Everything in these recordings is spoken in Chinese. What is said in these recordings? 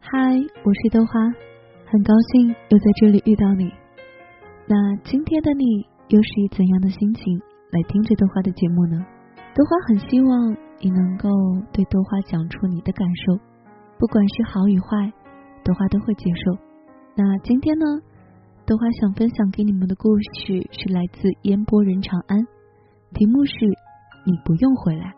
嗨，我是豆花，很高兴又在这里遇到你。那今天的你又是以怎样的心情来听着豆花的节目呢？豆花很希望你能够对豆花讲出你的感受，不管是好与坏，豆花都会接受。那今天呢，豆花想分享给你们的故事是来自烟波人长安，题目是你不用回来。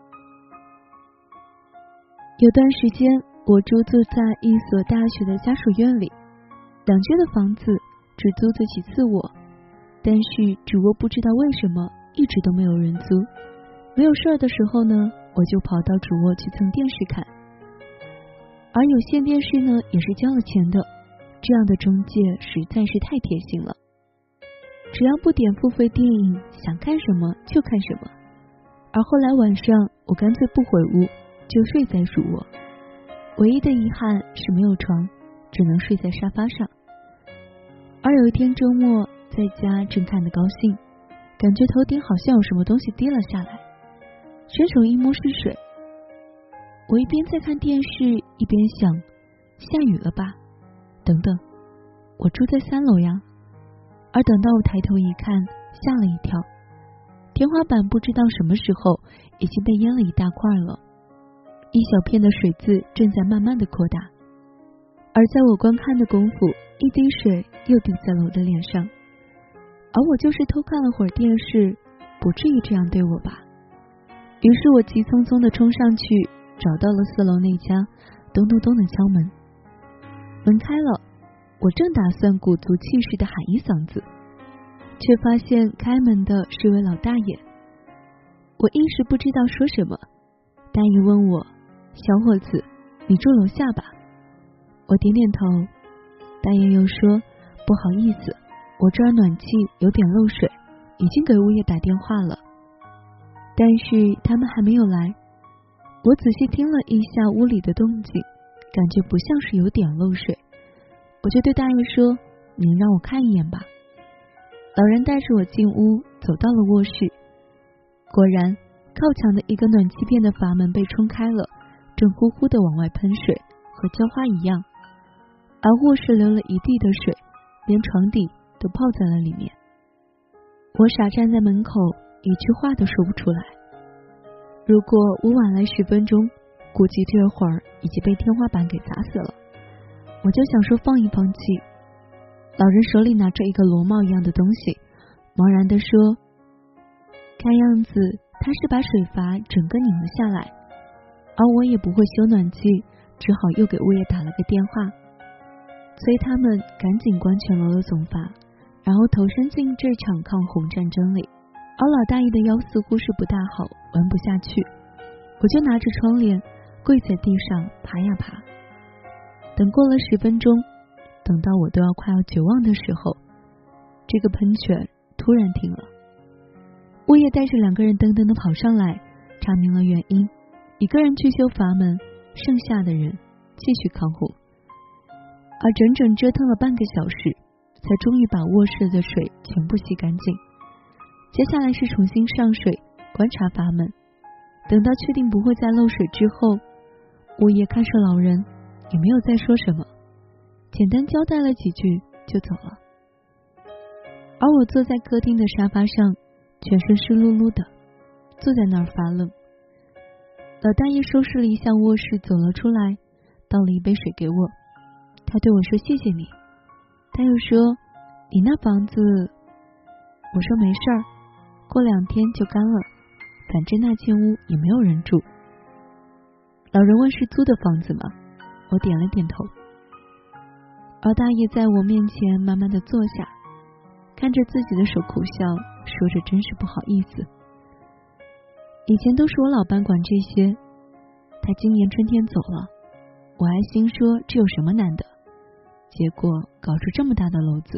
有段时间我租住在一所大学的家属院里，2居的房子只租得起4卧，但是主卧不知道为什么一直都没有人租。没有事儿的时候呢，我就跑到主卧去蹭电视看，而有线电视呢也是交了钱的，这样的中介实在是太贴心了，只要不点付费电影，想看什么就看什么。而后来晚上我干脆不回屋，就睡在主卧，唯一的遗憾是没有床，只能睡在沙发上。而有一天周末在家正看得高兴，感觉头顶好像有什么东西滴了下来，伸手一摸是水。我一边在看电视一边想，下雨了吧？等等，我住在3楼呀。而等到我抬头一看，吓了一跳，天花板不知道什么时候已经被淹了一大块了，一小片的水渍正在慢慢的扩大。而在我观看的功夫，一滴水又滴在了我的脸上，而我就是偷看了会儿电视，不至于这样对我吧。于是我急匆匆的冲上去，找到了4楼那家咚咚咚的敲门。门开了，我正打算鼓足气势的喊一嗓子，却发现开门的是位老大爷。我一时不知道说什么，大爷问我，小伙子，你住楼下吧？我点点头。大爷又说，不好意思，我这儿暖气有点漏水，已经给物业打电话了，但是他们还没有来。我仔细听了一下屋里的动静，感觉不像是有点漏水，我就对大爷说，您让我看一眼吧。老人带着我进屋，走到了卧室，果然靠墙的一个暖气片的阀门被冲开了，正呼呼的往外喷水，和浇花一样，而卧室流了一地的水，连床底都泡在了里面。我傻站在门口，一句话都说不出来。如果我晚来10分钟，估计这会儿已经被天花板给砸死了。我就想说放一放弃。老人手里拿着一个螺帽一样的东西，茫然地说，看样子他是把水阀整个拧了下来，而我也不会修暖气，只好又给物业打了个电话，催他们赶紧关全楼的总阀，然后投身进这场抗洪战争里。而老大爷的腰似乎是不大好，弯不下去，我就拿着窗帘跪在地上爬呀爬。等过了10分钟，等到我都要快要绝望的时候，这个喷泉突然停了。物业带着2个人噔噔的跑上来，查明了原因，一个人去修阀门，剩下的人继续抗洪。而整整折腾了半个小时，才终于把卧室的水全部洗干净。接下来是重新上水，观察阀门。等到确定不会再漏水之后，物业看着老人，也没有再说什么，简单交代了几句就走了。而我坐在客厅的沙发上，全身湿漉漉的，坐在那儿发愣。老大爷收拾了一下卧室走了出来，倒了一杯水给我，他对我说，谢谢你。他又说，你那房子……我说没事儿，过2天就干了，反正那间屋也没有人住。老人问，是租的房子吗？我点了点头。而大爷在我面前慢慢的坐下，看着自己的手苦笑，说着真是不好意思。以前都是我老伴管这些，他今年春天走了，我还心说这有什么难的，结果搞出这么大的篓子。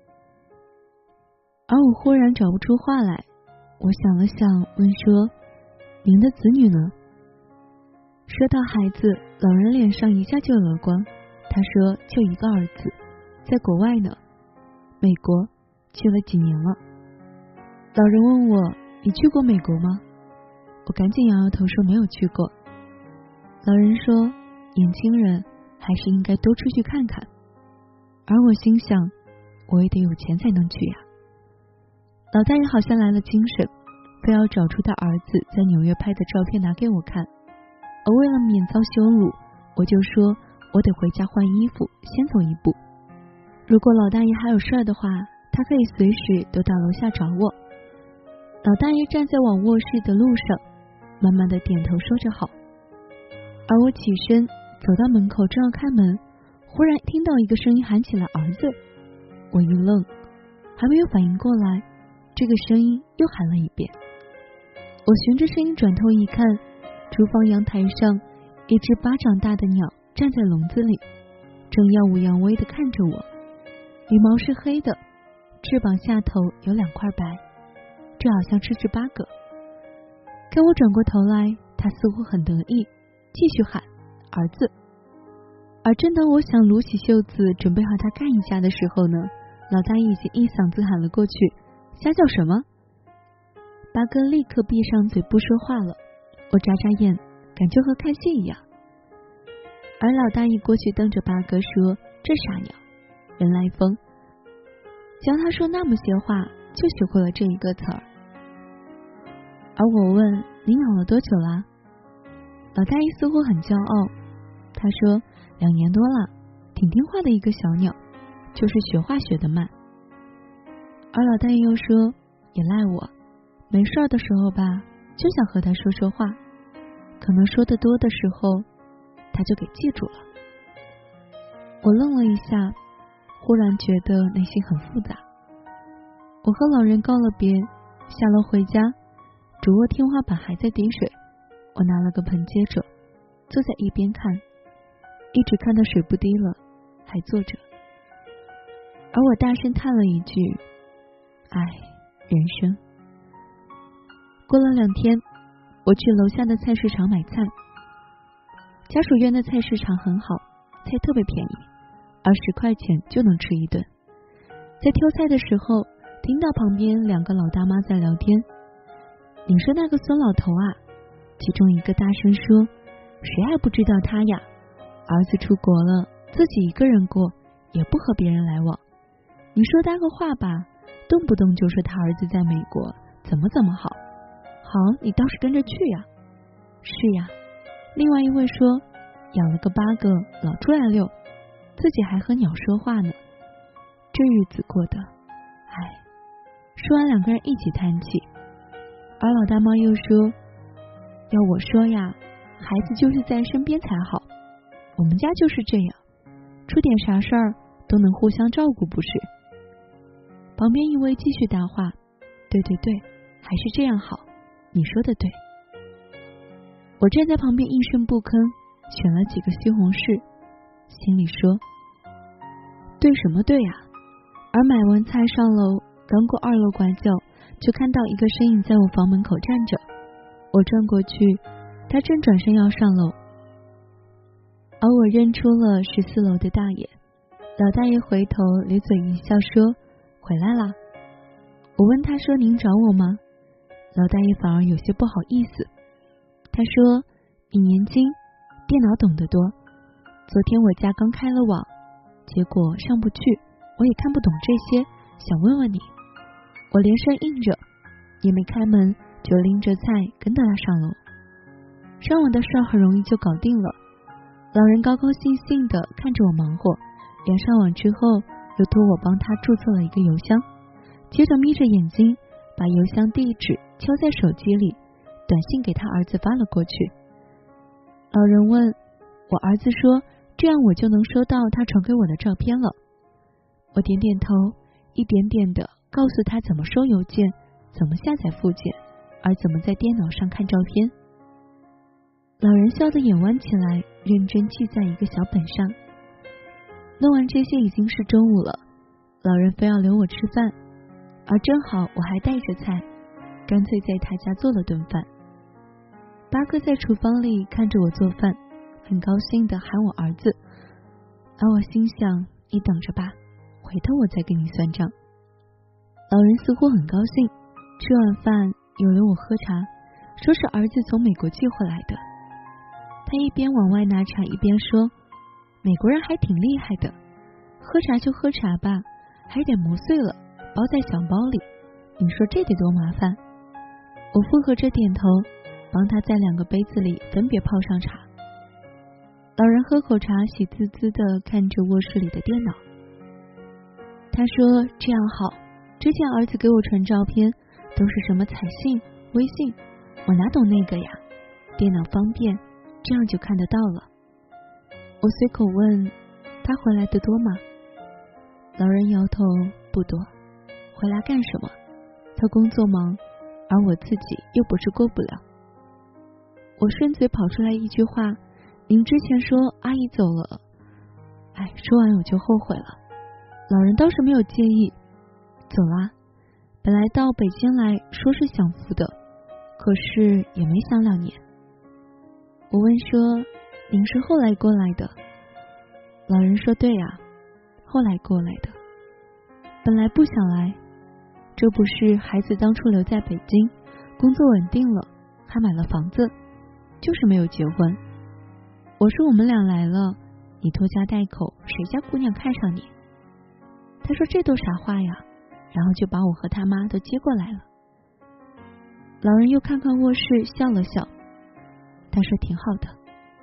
而我忽然找不出话来，我想了想，问说，您的子女呢？说到孩子，老人脸上一下就有了光，他说就一个儿子，在国外呢，美国，去了几年了。老人问我，你去过美国吗？我赶紧摇摇头说没有去过。老人说，年轻人还是应该多出去看看。而我心想，我也得有钱才能去呀。老大爷好像来了精神，非要找出他儿子在纽约拍的照片拿给我看。而为了免遭羞辱，我就说我得回家换衣服，先走一步。如果老大爷还有事儿的话，他可以随时都到楼下找我。老大爷站在往卧室的路上，慢慢的点头说着好。而我起身走到门口，正要开门，忽然听到一个声音喊起了儿子。我一愣，还没有反应过来，这个声音又喊了一遍。我循着声音转头一看，厨房阳台上一只巴掌大的鸟站在笼子里，正耀武扬威地看着我。羽毛是黑的，翅膀下头有2块白，这好像是只八哥。看我转过头来，他似乎很得意，继续喊儿子。而正当我想撸起袖子准备和他干一架的时候呢，老大爷已经一嗓子喊了过去，瞎叫什么？八哥立刻闭上嘴不说话了。我眨眨眼，感觉和看戏一样。而老大爷过去瞪着八哥说，这傻鸟人来疯，教他说那么些话，就学会了这一个词儿。而我问，你养了多久啦？老大爷似乎很骄傲，他说2年多了，挺听话的一个小鸟，就是学话学得慢。而老大爷又说，也赖我，没事的时候吧，就想和他说说话，可能说得多的时候，他就给记住了。我愣了一下，忽然觉得内心很复杂。我和老人告了别，下楼回家，主卧天花板还在滴水，我拿了个盆接着，坐在一边看，一直看到水不滴了，还坐着。而我大声叹了一句，唉，人生。过了2天，我去楼下的菜市场买菜。家属院的菜市场很好，菜特别便宜，20块钱就能吃一顿。在挑菜的时候，听到旁边2个老大妈在聊天。你说那个孙老头啊，其中一个大声说，谁还不知道他呀？儿子出国了，自己一个人过，也不和别人来往。你说他个话吧，动不动就说他儿子在美国怎么好，好，你倒是跟着去呀。是呀。另外一位说，养了个八哥，老出来遛，自己还和鸟说话呢，这日子过得，唉。说完2个人一起叹气。而老大妈又说，要我说呀，孩子就是在身边才好，我们家就是这样，出点啥事儿都能互相照顾，不是？旁边一位继续搭话，对，还是这样好，你说的对。我站在旁边一声不吭，选了几个西红柿，心里说，对什么对啊？而买完菜上楼，刚过2楼拐角，就看到一个身影在我房门口站着。我转过去，他正转身要上楼，而我认出了14楼的大爷。老大爷回头咧嘴一笑说，回来啦。我问他说，您找我吗？老大爷反而有些不好意思，他说，你年轻，电脑懂得多，昨天我家刚开了网，结果上不去，我也看不懂这些，想问问你。我连声应着，也没开门，就拎着菜跟着他上楼。上网的事很容易就搞定了。老人高高兴兴地看着我忙活，连上网之后又托我帮他注册了一个邮箱，接着眯着眼睛把邮箱地址敲在手机里，短信给他儿子发了过去。老人问，我儿子说，这样我就能收到他传给我的照片了。我点点头，一点点的告诉他怎么收邮件，怎么下载附件，而怎么在电脑上看照片。老人笑得眼弯起来，认真记在一个小本上。弄完这些已经是中午了，老人非要留我吃饭，而正好我还带着菜，干脆在他家做了顿饭。八哥在厨房里看着我做饭，很高兴地喊我儿子，而我心想，你等着吧，回头我再给你算账。老人似乎很高兴，吃完饭有留我喝茶，说是儿子从美国寄回来的。他一边往外拿茶一边说， 美国人还挺厉害的，喝茶就喝茶吧，还得磨碎了包在小包里，你说这得多麻烦。我附和着点头，帮他在2个杯子里分别泡上茶。老人喝口茶，喜滋滋地看着卧室里的电脑。他说这样好，之前儿子给我传照片都是什么彩信、微信，我哪懂那个呀，电脑方便，这样就看得到了。我随口问他回来的多吗？老人摇头，不多。回来干什么？他工作忙，而我自己又不是过不了。我顺嘴跑出来一句话，您之前说阿姨走了。说完我就后悔了。老人倒是没有介意，走啦。本来到北京来说是享福的，可是也没享2年。我问说，您是后来过来的？老人说对呀，后来过来的。本来不想来，这不是孩子当初留在北京，工作稳定了，还买了房子，就是没有结婚。我说我们俩来了，你拖家带口，谁家姑娘看上你？他说这都啥话呀，然后就把我和他妈都接过来了。老人又看看卧室，笑了笑，他说挺好的。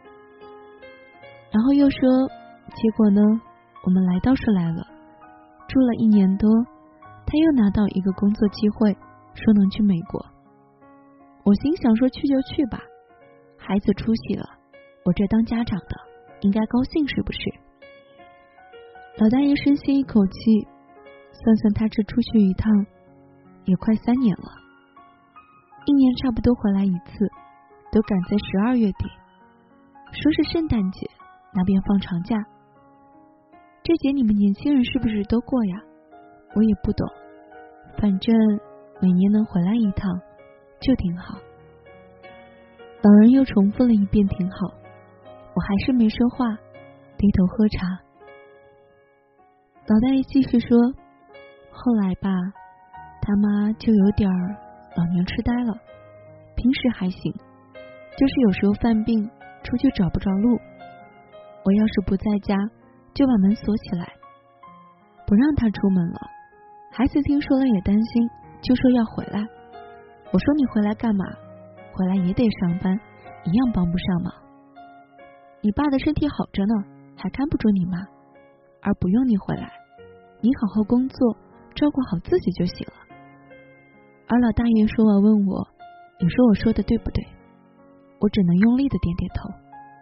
然后又说，结果呢，我们来倒是来了，住了1年多，他又拿到一个工作机会，说能去美国。我心想说去就去吧，孩子出息了，我这当家长的应该高兴是不是？老大爷深吸一口气，算算他这出去一趟也快3年了，1年差不多回来一次，都赶在12月底，说是圣诞节那边放长假。这节你们年轻人是不是都过呀？我也不懂，反正每年能回来一趟就挺好。老人又重复了一遍挺好，我还是没说话，低头喝茶。老大爷继续说，后来吧，他妈就有点老年痴呆了，平时还行，就是有时候犯病出去找不着路，我要是不在家就把门锁起来，不让他出门了。孩子听说了也担心，就说要回来。我说你回来干嘛？回来也得上班，一样帮不上忙。你爸的身体好着呢，还看不住你妈，而不用你回来，你好好工作，照顾好自己就行了。而老大爷说完问我，你说我说的对不对？我只能用力的点点头。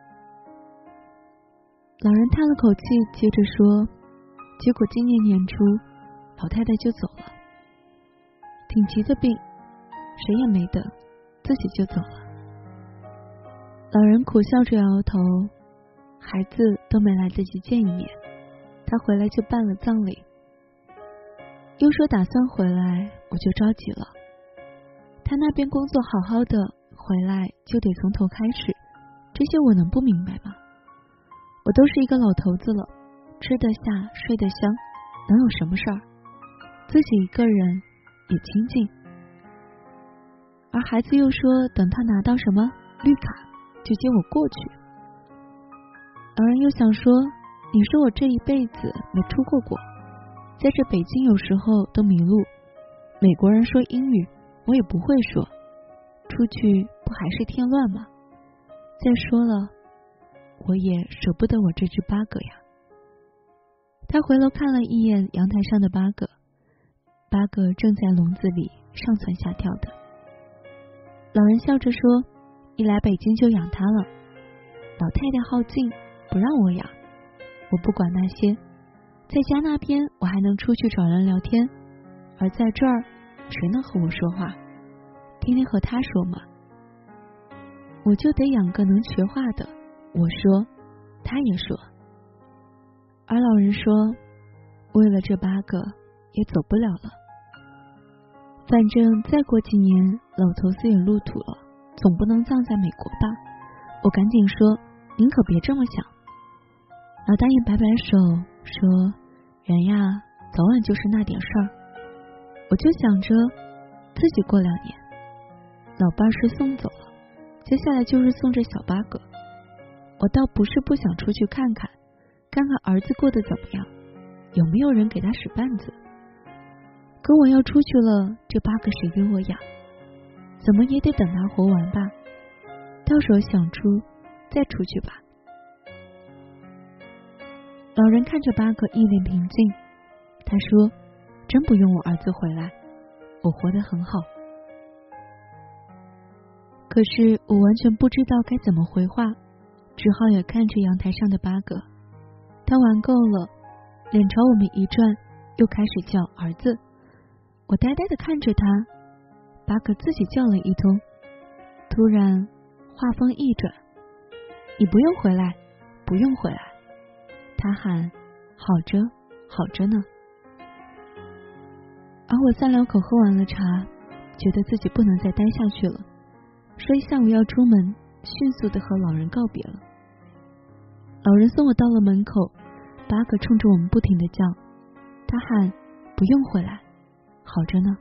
老人叹了口气，接着说，结果今年年初老太太就走了，挺急的病，谁也没等，自己就走了。老人苦笑着摇头，孩子都没来得及见一面，他回来就办了葬礼。又说打算回来，我就着急了。他那边工作好好的，回来就得从头开始，这些我能不明白吗？我都是一个老头子了，吃得下，睡得香，能有什么事儿？自己一个人也清静。而孩子又说，等他拿到什么绿卡，就接我过去。老人又想说，你说我这一辈子没出过国，在这北京有时候都迷路，美国人说英语我也不会说，出去不还是添乱吗？再说了，我也舍不得我这只八哥呀。他回头看了一眼阳台上的八哥，八哥正在笼子里上蹿下跳的。老人笑着说，一来北京就养它了，老太太好静，不让我养，我不管那些，在家那边我还能出去找人聊天，而在这儿谁能和我说话？天天和他说嘛。我就得养个能学话的，我说，他也说。而老人说，为了这八个也走不了了，反正再过几年老头子也入土了，总不能葬在美国吧。我赶紧说，您可别这么想。老大爷摆摆手说，人呀早晚就是那点事儿，我就想着自己过2年，老伴是送走了，接下来就是送这小八哥。我倒不是不想出去看看， 看看儿子过得怎么样，有没有人给他使绊子。可我要出去了，这8个谁给我养？怎么也得等他活完吧，到时候想出再出去吧。老人看着8个一脸平静，他说，真不用我儿子回来，我活得很好。可是我完全不知道该怎么回话，只好也看着阳台上的8个。他玩够了，脸朝我们一转，又开始叫儿子。我呆呆地看着他，8个自己叫了一通。突然话锋一转，你不用回来，不用回来。他喊，好着好着呢。而我3两口喝完了茶，觉得自己不能再待下去了，所以下午要出门，迅速地和老人告别了。老人送我到了门口，8个冲着我们不停地叫。他喊，不用回来，好着呢。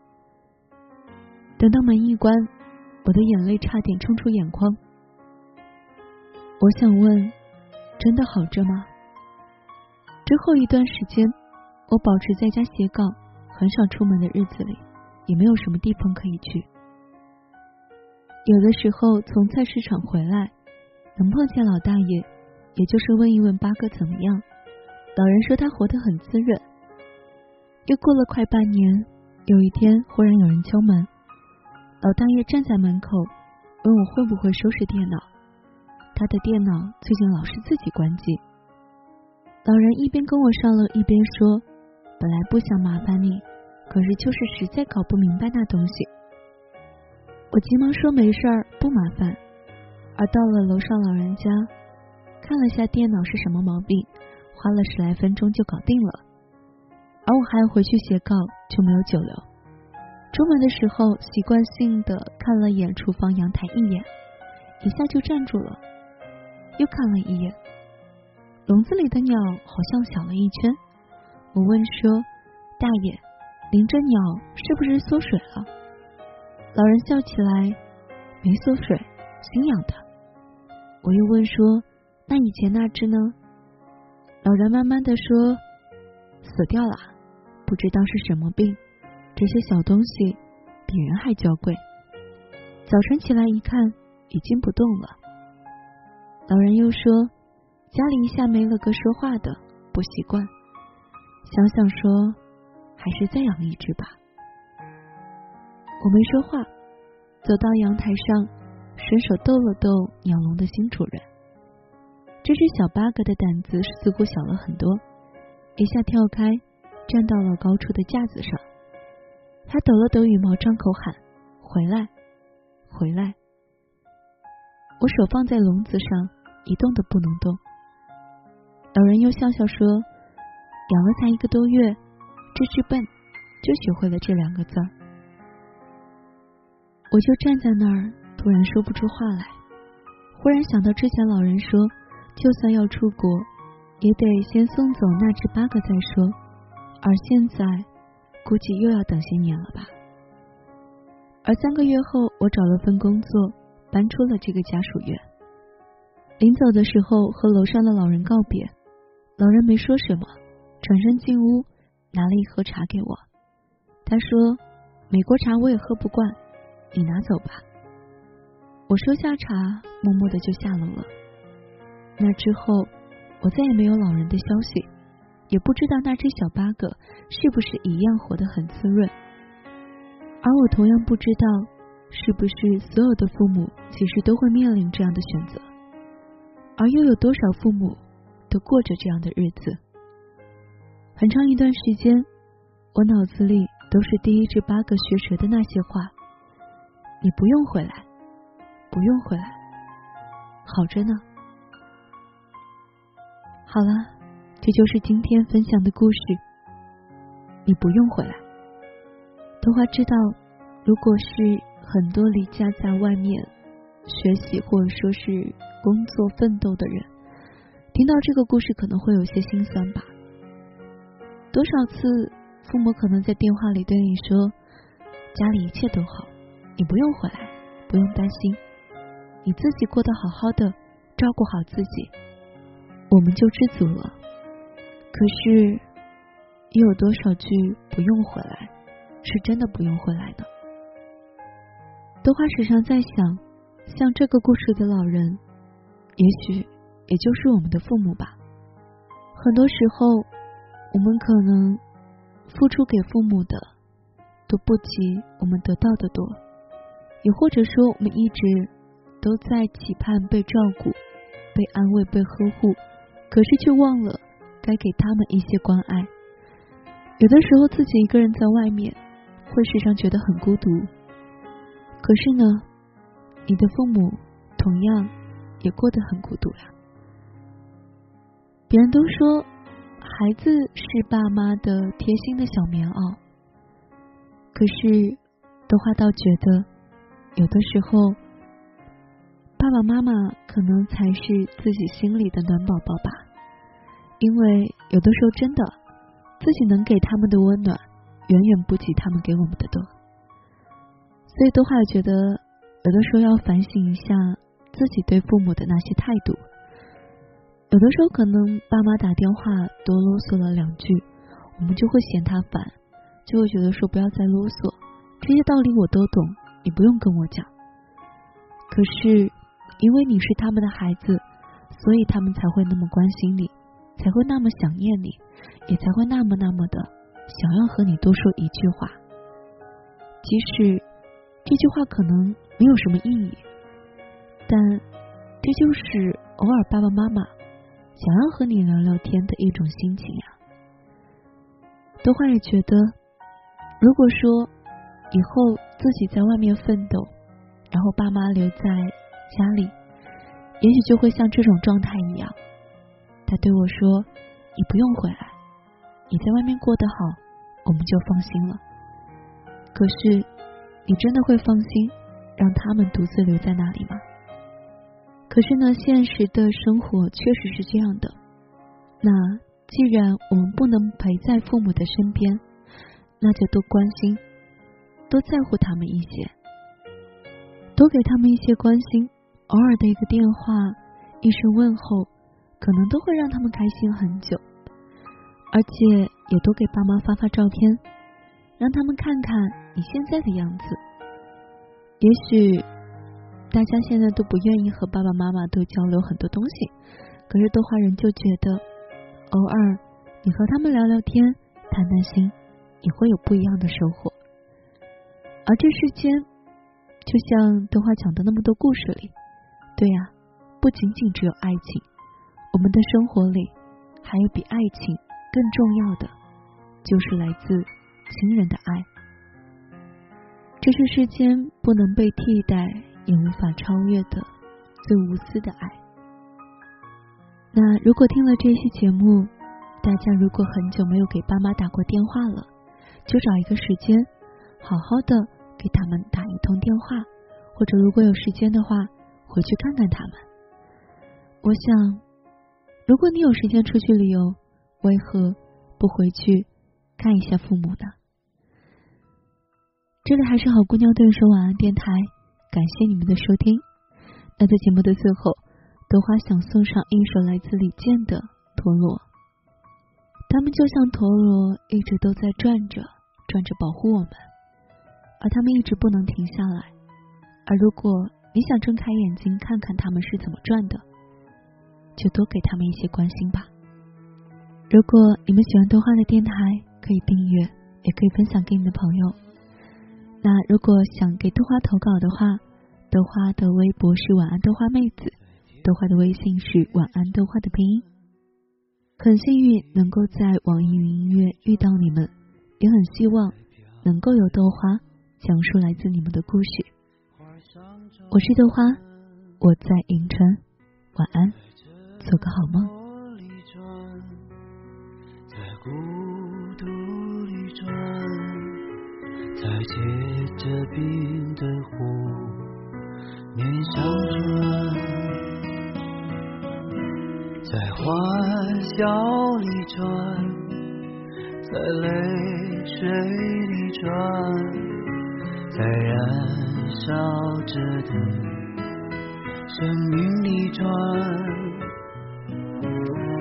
等到门一关，我的眼泪差点冲出眼眶。我想问，真的好着吗？之后一段时间，我保持在家写稿，很少出门的日子里，也没有什么地方可以去。有的时候从菜市场回来，能碰见老大爷，也就是问一问8个怎么样。老人说他活得很滋润。又过了快半年，有一天忽然有人敲门，老大爷站在门口，问我会不会收拾电脑。他的电脑最近老是自己关机。老人一边跟我上楼，一边说，本来不想麻烦你，可是就是实在搞不明白那东西。我急忙说没事儿，不麻烦。而到了楼上老人家，看了下电脑是什么毛病，花了10来分钟就搞定了。而我还要回去写稿，就没有久留。出门的时候习惯性的看了眼厨房阳台一眼，一下就站住了，又看了一眼，笼子里的鸟好像小了一圈。我问说，大爷，您这鸟是不是缩水了？老人笑起来，没缩水，新养的。我又问说，那以前那只呢？老人慢慢的说，死掉了，不知道是什么病，这些小东西比人还娇贵。早晨起来一看，已经不动了。老人又说，家里一下没了个说话的，不习惯，想想说，还是再养一只吧。我没说话，走到阳台上，伸手逗了逗鸟笼的新主人。这只小8个的胆子似乎小了很多，一下跳开，站到了高处的架子上。他抖了抖羽毛，张口喊，回来，回来。我手放在笼子上，一动都不能动。老人又笑笑说，养了才1个多月，这只笨，就学会了这2个字儿。我就站在那儿，突然说不出话来。忽然想到之前老人说，就算要出国，也得先送走那只8个再说，而现在估计又要等些年了吧。而3个月后，我找了份工作，搬出了这个家属院。临走的时候和楼上的老人告别，老人没说什么，转身进屋，拿了一盒茶给我。他说，美国茶我也喝不惯，你拿走吧。我收下茶，默默的就下楼了。那之后我再也没有老人的消息，也不知道那只小8个是不是一样活得很滋润。而我同样不知道，是不是所有的父母其实都会面临这样的选择，而又有多少父母都过着这样的日子。很长一段时间，我脑子里都是第一只8个学舌的那些话，你不用回来，不用回来，好着呢。好了，这就是今天分享的故事，你不用回来。豆花知道，如果是很多离家在外面学习或者说是工作奋斗的人，听到这个故事可能会有些心酸吧。多少次父母可能在电话里对你说，家里一切都好，你不用回来，不用担心，你自己过得好好的，照顾好自己。 我们就知足了。可是又有多少句不用回来是真的不用回来呢？豆花时常在想，像这个故事的老人，也许也就是我们的父母吧。很多时候我们可能付出给父母的都不及我们得到的多，也或者说我们一直都在期盼被照顾、被安慰、被呵护，可是却忘了该给他们一些关爱。有的时候自己一个人在外面会时常觉得很孤独，可是呢，你的父母同样也过得很孤独呀。别人都说孩子是爸妈的贴心的小棉袄，可是豆花倒觉得有的时候爸爸妈妈可能才是自己心里的暖宝宝吧。因为有的时候真的自己能给他们的温暖远远不及他们给我们的多，所以豆花也觉得有的时候要反省一下自己对父母的那些态度。有的时候可能爸妈打电话多啰嗦了两句，我们就会嫌他烦，就会觉得说不要再啰嗦，这些道理我都懂，你不用跟我讲。可是因为你是他们的孩子，所以他们才会那么关心你，才会那么想念你，也才会那么的想要和你多说一句话。即使这句话可能没有什么意义，但这就是偶尔爸爸妈妈想要和你聊聊天的一种心情呀。豆花也觉得，如果说以后自己在外面奋斗，然后爸妈留在家里，也许就会像这种状态一样，他对我说，你不用回来，你在外面过得好，我们就放心了。可是你真的会放心让他们独自留在那里吗？可是呢，现实的生活确实是这样的。那既然我们不能陪在父母的身边，那就多关心，多在乎他们一些，多给他们一些关心。偶尔的一个电话，一声问候，可能都会让他们开心很久。而且也多给爸妈发发照片，让他们看看你现在的样子。也许大家现在都不愿意和爸爸妈妈多交流很多东西，可是豆花人就觉得偶尔你和他们聊聊天，谈谈心，也会有不一样的收获。而这世间就像豆花讲的那么多故事里，对呀，不仅仅只有爱情，我们的生活里还有比爱情更重要的，就是来自亲人的爱。这是世间不能被替代也无法超越的最无私的爱。那如果听了这期节目，大家如果很久没有给爸妈打过电话了，就找一个时间好好的给他们打一通电话，或者如果有时间的话回去看看他们。我想如果你有时间出去旅游，为何不回去看一下父母呢？这里还是好姑娘对说晚安电台，感谢你们的收听。那在节目的最后，豆花想送上一首来自李健的《陀螺》。他们就像陀螺，一直都在转着保护我们，而他们一直不能停下来。而如果你想睁开眼睛看看他们是怎么转的，就多给他们一些关心吧。如果你们喜欢豆花的电台，可以订阅，也可以分享给你的朋友。那如果想给豆花投稿的话，豆花的微博是晚安豆花妹子，豆花的微信是晚安豆花的拼音。很幸运能够在网易云音乐遇到你们，也很希望能够有豆花讲述来自你们的故事。我是豆花，我在银川，晚安，做个好梦。 在孤独里转，在结着冰的湖面上转，在欢笑里转，在泪水里转，在燃烧着的生命里转。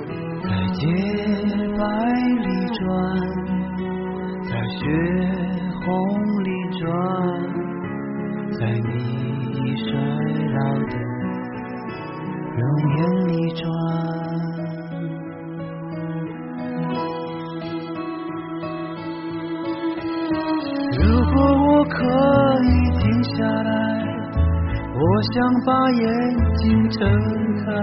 的容颜里转。如果我可以停下来，我想把眼睛睁开，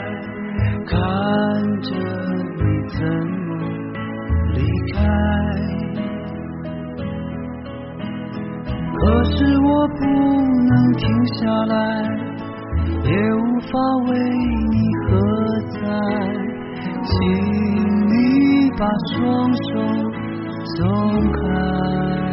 看着你怎么离开。可是我不能停下来，也无法为你喝彩，请你把双手松开。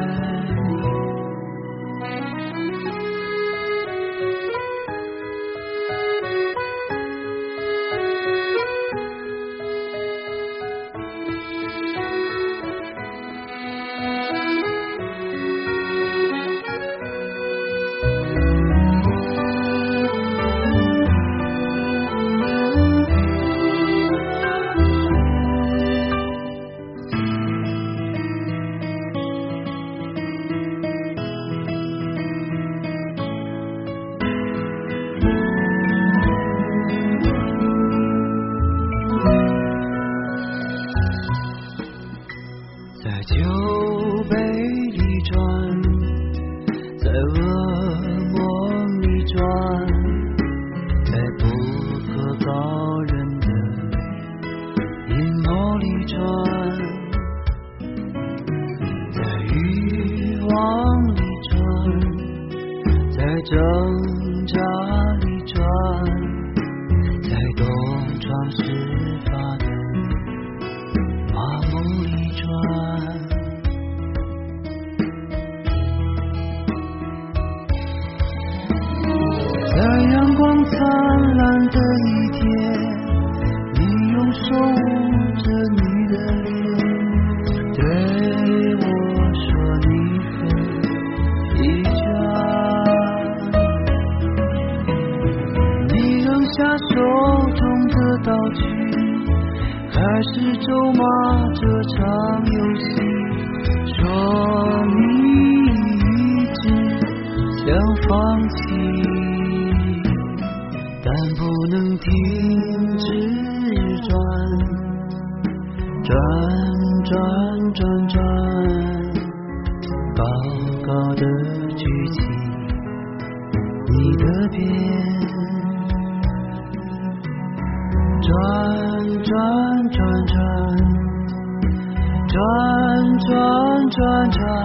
酒杯里转，在噩梦里转，在不可告人的阴谋里转，在欲望里转，在挣扎里转，在东窗事发的麻木里转。在阳光灿烂的一天，你用手捂着你的脸，对我说你很疲倦。你扔下手中的道具，开始咒骂这场游戏，说你一直想放弃，但不能停止转，转转转转，高高的举起你的鞭，转转转转，转转转转。